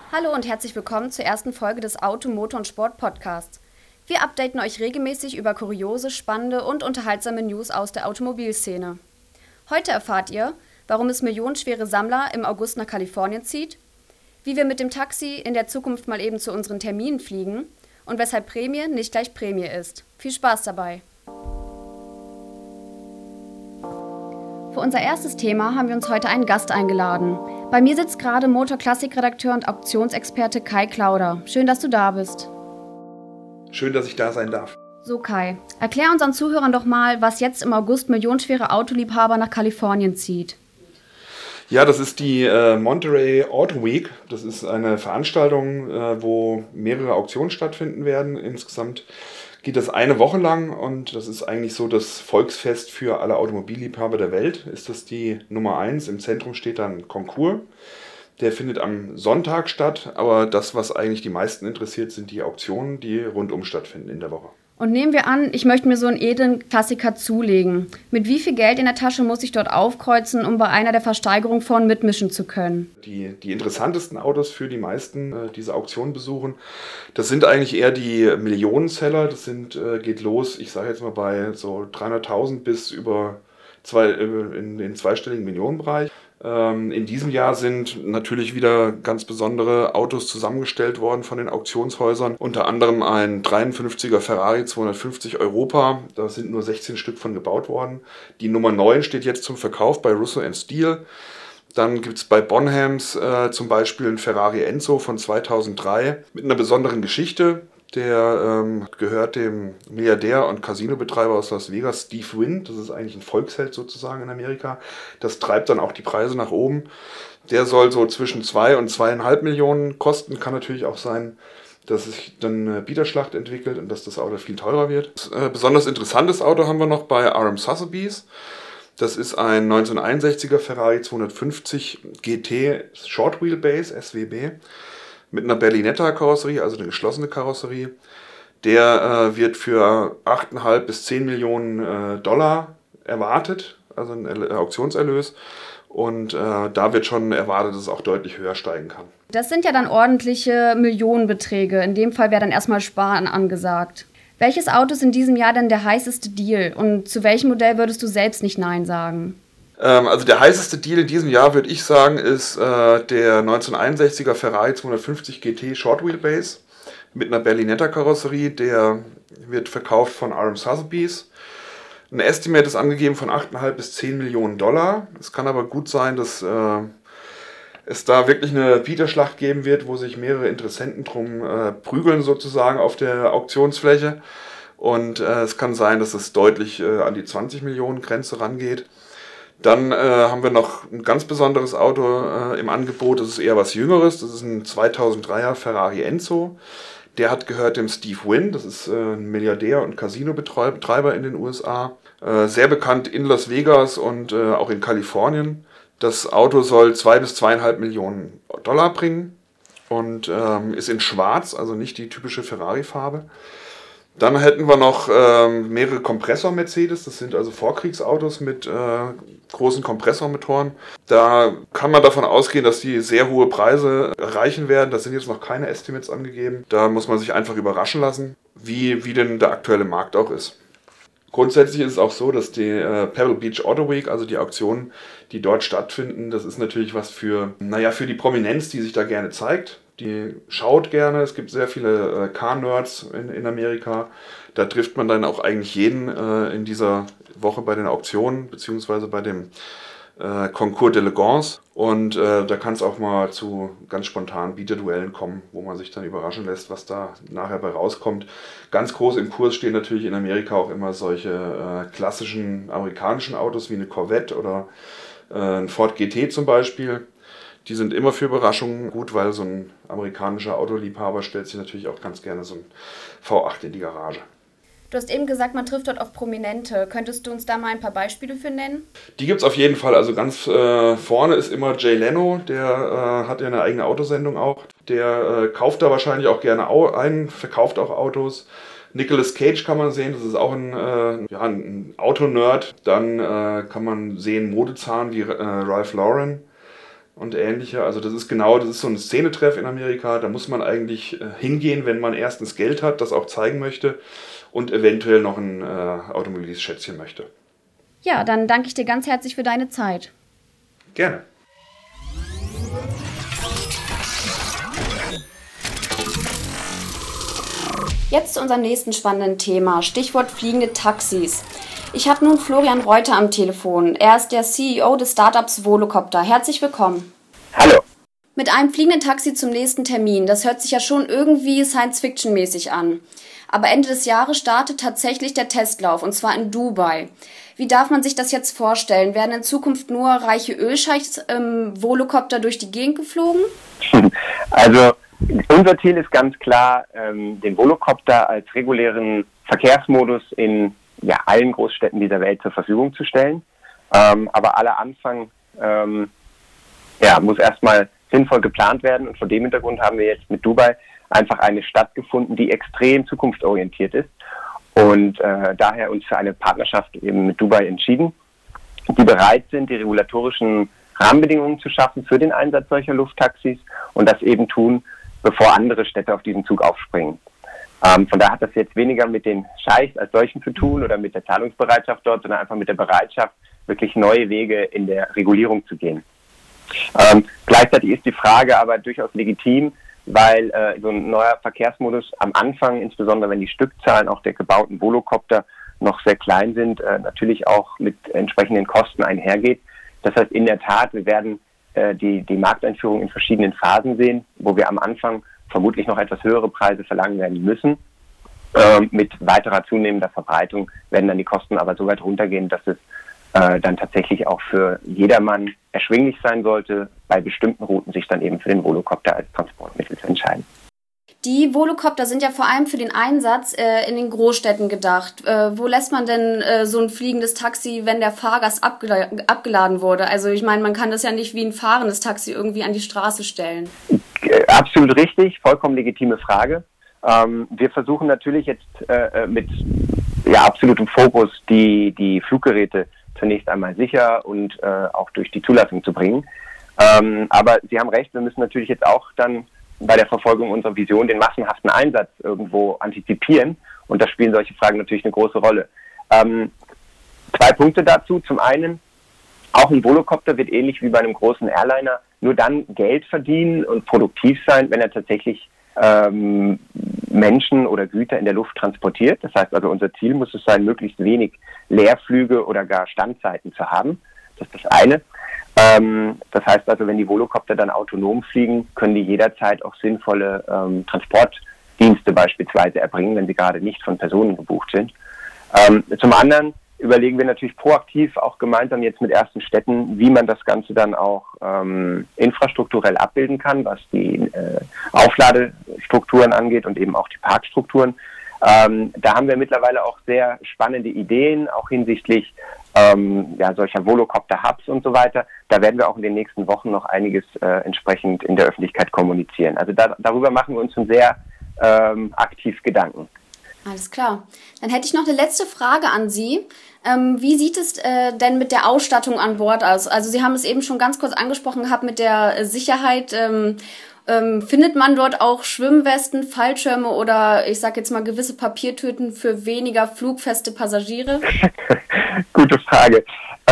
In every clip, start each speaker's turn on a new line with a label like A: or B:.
A: Hallo und herzlich willkommen zur ersten Folge des Auto-, Motor- und Sport-Podcasts. Wir updaten euch regelmäßig über kuriose, spannende und unterhaltsame News aus der Automobilszene. Heute erfahrt ihr, warum es millionenschwere Sammler im August nach Kalifornien zieht, wie wir mit dem Taxi in der Zukunft mal eben zu unseren Terminen fliegen und weshalb Prämie nicht gleich Prämie ist. Viel Spaß dabei! Für unser erstes Thema haben wir uns heute einen Gast eingeladen. Bei mir sitzt gerade Motor-Klassik-Redakteur und Auktionsexperte Kai Klauder. Schön, dass du da bist.
B: Schön, dass ich da sein darf.
A: So Kai, erklär unseren Zuhörern doch mal, was jetzt im August millionenschwere Autoliebhaber nach Kalifornien zieht.
B: Ja, das ist die Monterey Auto Week. Das ist eine Veranstaltung, wo mehrere Auktionen stattfinden werden. Insgesamt geht das eine Woche lang und das ist eigentlich so das Volksfest für alle Automobilliebhaber der Welt. Ist das die Nummer 1. Im Zentrum steht dann Konkurs. Der findet am Sonntag statt, aber das, was eigentlich die meisten interessiert, sind die Auktionen, die rundum stattfinden in der Woche.
A: Und nehmen wir an, ich möchte mir so einen edlen Klassiker zulegen. Mit wie viel Geld in der Tasche muss ich dort aufkreuzen, um bei einer der Versteigerungen vorn mitmischen zu können?
B: Die interessantesten Autos für die meisten, diese Auktionen besuchen, das sind eigentlich eher die Millionenseller. Das geht los, ich sage jetzt mal bei so 300.000 bis über in den zweistelligen Millionenbereich. In diesem Jahr sind natürlich wieder ganz besondere Autos zusammengestellt worden von den Auktionshäusern. Unter anderem ein 53er Ferrari 250 Europa. Da sind nur 16 Stück von gebaut worden. Die Nummer 9 steht jetzt zum Verkauf bei Russo & Steel. Dann gibt es bei Bonhams zum Beispiel einen Ferrari Enzo von 2003 mit einer besonderen Geschichte. Der gehört dem Milliardär und Casinobetreiber aus Las Vegas, Steve Wynn. Das ist eigentlich ein Volksheld sozusagen in Amerika. Das treibt dann auch die Preise nach oben. Der soll so zwischen 2 und 2,5 Millionen kosten. Kann natürlich auch sein, dass sich dann eine Bieterschlacht entwickelt und dass das Auto viel teurer wird. Besonders interessantes Auto haben wir noch bei RM Sotheby's. Das ist ein 1961er Ferrari 250 GT Short Wheelbase, SWB. Mit einer Berlinetta-Karosserie, also eine geschlossene Karosserie. Der wird für 8,5 bis 10 Millionen Dollar erwartet, also ein Auktionserlös. Und da wird schon erwartet, dass es auch deutlich höher steigen kann.
A: Das sind ja dann ordentliche Millionenbeträge. In dem Fall wäre dann erstmal Sparen angesagt. Welches Auto ist in diesem Jahr denn der heißeste Deal? Und zu welchem Modell würdest du selbst nicht Nein sagen?
B: Also der heißeste Deal in diesem Jahr, würde ich sagen, ist der 1961er Ferrari 250 GT Short Wheelbase mit einer Berlinetta-Karosserie. Der wird verkauft von RM Sotheby's. Ein Estimate ist angegeben von 8,5 bis 10 Millionen Dollar. Es kann aber gut sein, dass es da wirklich eine Bieterschlacht geben wird, wo sich mehrere Interessenten drum prügeln sozusagen auf der Auktionsfläche. Und es kann sein, dass es deutlich an die 20 Millionen Grenze rangeht. Dann haben wir noch ein ganz besonderes Auto im Angebot. Das ist eher was Jüngeres. Das ist ein 2003er Ferrari Enzo. Der gehört dem Steve Wynn. Das ist ein Milliardär und Casinobetreiber in den USA. Sehr bekannt in Las Vegas und auch in Kalifornien. Das Auto soll 2 bis 2,5 Millionen Dollar bringen und ist in Schwarz, also nicht die typische Ferrari-Farbe. Dann hätten wir noch mehrere Kompressor-Mercedes, das sind also Vorkriegsautos mit großen Kompressormotoren. Da kann man davon ausgehen, dass die sehr hohe Preise erreichen werden. Da sind jetzt noch keine Estimates angegeben. Da muss man sich einfach überraschen lassen, wie denn der aktuelle Markt auch ist. Grundsätzlich ist es auch so, dass die Pebble Beach Auto Week, also die Auktionen, die dort stattfinden, das ist natürlich was für die Prominenz, die sich da gerne zeigt. Die schaut gerne, es gibt sehr viele Car-Nerds in Amerika. Da trifft man dann auch eigentlich jeden in dieser Woche bei den Auktionen, beziehungsweise bei dem Concours d'Elegance. Und da kann es auch mal zu ganz spontanen Bieterduellen kommen, wo man sich dann überraschen lässt, was da nachher bei rauskommt. Ganz groß im Kurs stehen natürlich in Amerika auch immer solche klassischen amerikanischen Autos wie eine Corvette oder ein Ford GT zum Beispiel. Die sind immer für Überraschungen gut, weil so ein amerikanischer Autoliebhaber stellt sich natürlich auch ganz gerne so ein V8 in die Garage.
A: Du hast eben gesagt, man trifft dort auf Prominente. Könntest du uns da mal ein paar Beispiele für nennen?
B: Die gibt es auf jeden Fall. Also ganz vorne ist immer Jay Leno, der hat ja eine eigene Autosendung auch. Der kauft da wahrscheinlich auch gerne ein, verkauft auch Autos. Nicolas Cage kann man sehen, das ist auch ein Autonerd. Dann kann man sehen Modezahn wie Ralph Lauren. und ähnliche. Also das ist so ein Szenetreff in Amerika, da muss man eigentlich hingehen, wenn man erstens Geld hat, das auch zeigen möchte und eventuell noch ein automobiles Schätzchen möchte.
A: Ja, dann danke ich dir ganz herzlich für deine Zeit.
B: Gerne.
A: Jetzt zu unserem nächsten spannenden Thema, Stichwort fliegende Taxis. Ich habe nun Florian Reuter am Telefon. Er ist der CEO des Startups Volocopter. Herzlich willkommen.
C: Hallo.
A: Mit einem fliegenden Taxi zum nächsten Termin, das hört sich ja schon irgendwie Science-Fiction-mäßig an. Aber Ende des Jahres startet tatsächlich der Testlauf, und zwar in Dubai. Wie darf man sich das jetzt vorstellen? Werden in Zukunft nur reiche Ölscheichs im Volocopter durch die Gegend geflogen?
C: Also unser Ziel ist ganz klar, den Volocopter als regulären Verkehrsmodus in allen Großstädten dieser Welt zur Verfügung zu stellen. Aber aller Anfang muss erstmal sinnvoll geplant werden. Und vor dem Hintergrund haben wir jetzt mit Dubai einfach eine Stadt gefunden, die extrem zukunftsorientiert ist. Und daher uns für eine Partnerschaft eben mit Dubai entschieden, die bereit sind, die regulatorischen Rahmenbedingungen zu schaffen für den Einsatz solcher Lufttaxis und das eben tun, bevor andere Städte auf diesen Zug aufspringen. Von daher hat das jetzt weniger mit den Scheichs als solchen zu tun oder mit der Zahlungsbereitschaft dort, sondern einfach mit der Bereitschaft, wirklich neue Wege in der Regulierung zu gehen. Gleichzeitig ist die Frage aber durchaus legitim, weil so ein neuer Verkehrsmodus am Anfang, insbesondere wenn die Stückzahlen auch der gebauten Volocopter noch sehr klein sind, natürlich auch mit entsprechenden Kosten einhergeht. Das heißt in der Tat, wir werden die Markteinführung in verschiedenen Phasen sehen, wo wir am Anfang vermutlich noch etwas höhere Preise verlangen werden müssen. Mit weiterer zunehmender Verbreitung werden dann die Kosten aber so weit runtergehen, dass es dann tatsächlich auch für jedermann erschwinglich sein sollte, bei bestimmten Routen sich dann eben für den Volocopter als Transportmittel zu entscheiden.
A: Die Volocopter sind ja vor allem für den Einsatz in den Großstädten gedacht. Wo lässt man denn so ein fliegendes Taxi, wenn der Fahrgast abgeladen wurde? Also ich meine, man kann das ja nicht wie ein fahrendes Taxi irgendwie an die Straße stellen.
C: Absolut richtig, vollkommen legitime Frage. Wir versuchen natürlich jetzt mit absolutem Fokus die Fluggeräte zunächst einmal sicher und auch durch die Zulassung zu bringen. Aber Sie haben recht, wir müssen natürlich jetzt auch dann bei der Verfolgung unserer Vision den massenhaften Einsatz irgendwo antizipieren. Und da spielen solche Fragen natürlich eine große Rolle. 2 Punkte dazu. Zum einen, auch ein Volocopter wird ähnlich wie bei einem großen Airliner nur dann Geld verdienen und produktiv sein, wenn er tatsächlich Menschen oder Güter in der Luft transportiert. Das heißt also, unser Ziel muss es sein, möglichst wenig Leerflüge oder gar Standzeiten zu haben. Das ist das eine. Das heißt also, wenn die Volocopter dann autonom fliegen, können die jederzeit auch sinnvolle Transportdienste beispielsweise erbringen, wenn sie gerade nicht von Personen gebucht sind. Zum anderen überlegen wir natürlich proaktiv auch gemeinsam jetzt mit ersten Städten, wie man das Ganze dann auch infrastrukturell abbilden kann, was die Aufladestrukturen angeht und eben auch die Parkstrukturen. Da haben wir mittlerweile auch sehr spannende Ideen, auch hinsichtlich solcher Volocopter-Hubs und so weiter. Da werden wir auch in den nächsten Wochen noch einiges entsprechend in der Öffentlichkeit kommunizieren. Also darüber machen wir uns schon sehr aktiv Gedanken.
A: Alles klar. Dann hätte ich noch eine letzte Frage an Sie. Wie sieht es denn mit der Ausstattung an Bord aus? Also Sie haben es eben schon ganz kurz angesprochen gehabt mit der Sicherheit. Findet man dort auch Schwimmwesten, Fallschirme oder ich sage jetzt mal gewisse Papiertüten für weniger flugfeste Passagiere?
C: Gute Frage.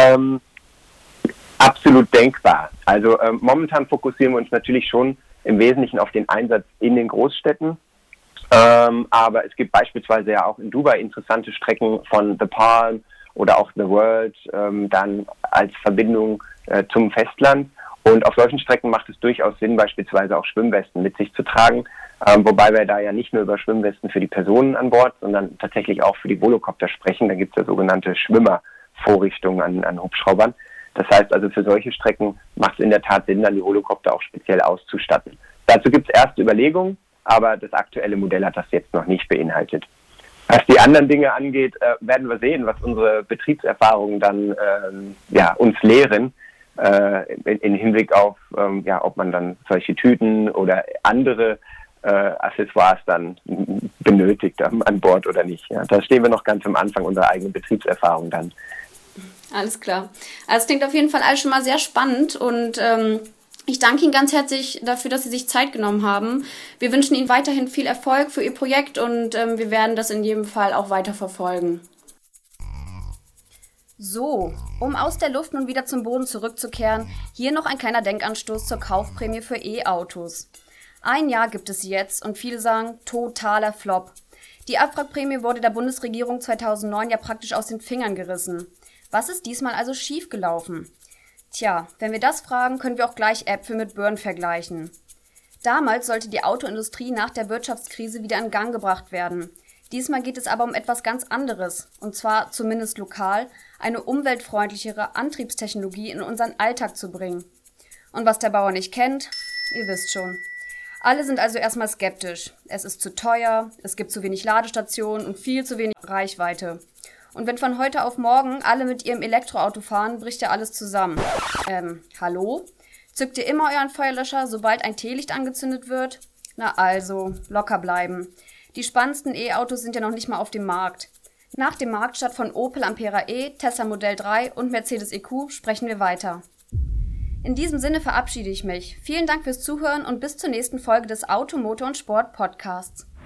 C: Absolut denkbar. Also momentan fokussieren wir uns natürlich schon im Wesentlichen auf den Einsatz in den Großstädten. Aber es gibt beispielsweise ja auch in Dubai interessante Strecken von The Palm oder auch The World dann als Verbindung zum Festland. Und auf solchen Strecken macht es durchaus Sinn, beispielsweise auch Schwimmwesten mit sich zu tragen. Wobei wir da ja nicht nur über Schwimmwesten für die Personen an Bord, sondern tatsächlich auch für die Volocopter sprechen. Da gibt es ja sogenannte Schwimmervorrichtungen an Hubschraubern. Das heißt also, für solche Strecken macht es in der Tat Sinn, dann die Volocopter auch speziell auszustatten. Dazu gibt es erste Überlegungen, aber das aktuelle Modell hat das jetzt noch nicht beinhaltet. Was die anderen Dinge angeht, werden wir sehen, was unsere Betriebserfahrungen dann uns lehren, in Hinblick auf, ob man dann solche Tüten oder andere Accessoires dann benötigt an Bord oder nicht. Ja, da stehen wir noch ganz am Anfang unserer eigenen Betriebserfahrung dann.
A: Alles klar. Also es klingt auf jeden Fall alles schon mal sehr spannend und Ich danke Ihnen ganz herzlich dafür, dass Sie sich Zeit genommen haben. Wir wünschen Ihnen weiterhin viel Erfolg für Ihr Projekt und wir werden das in jedem Fall auch weiter verfolgen. So, um aus der Luft nun wieder zum Boden zurückzukehren, hier noch ein kleiner Denkanstoß zur Kaufprämie für E-Autos. Ein Jahr gibt es jetzt und viele sagen, totaler Flop. Die Abwrackprämie wurde der Bundesregierung 2009 ja praktisch aus den Fingern gerissen. Was ist diesmal also schiefgelaufen? Tja, wenn wir das fragen, können wir auch gleich Äpfel mit Birnen vergleichen. Damals sollte die Autoindustrie nach der Wirtschaftskrise wieder in Gang gebracht werden. Diesmal geht es aber um etwas ganz anderes, und zwar, zumindest lokal, eine umweltfreundlichere Antriebstechnologie in unseren Alltag zu bringen. Und was der Bauer nicht kennt, ihr wisst schon. Alle sind also erstmal skeptisch. Es ist zu teuer, es gibt zu wenig Ladestationen und viel zu wenig Reichweite. Und wenn von heute auf morgen alle mit ihrem Elektroauto fahren, bricht ja alles zusammen. Hallo? Zückt ihr immer euren Feuerlöscher, sobald ein Teelicht angezündet wird? Na also, locker bleiben. Die spannendsten E-Autos sind ja noch nicht mal auf dem Markt. Nach dem Marktstart von Opel Ampera E, Tesla Modell 3 und Mercedes EQ sprechen wir weiter. In diesem Sinne verabschiede ich mich. Vielen Dank fürs Zuhören und bis zur nächsten Folge des Auto, Motor und Sport Podcasts.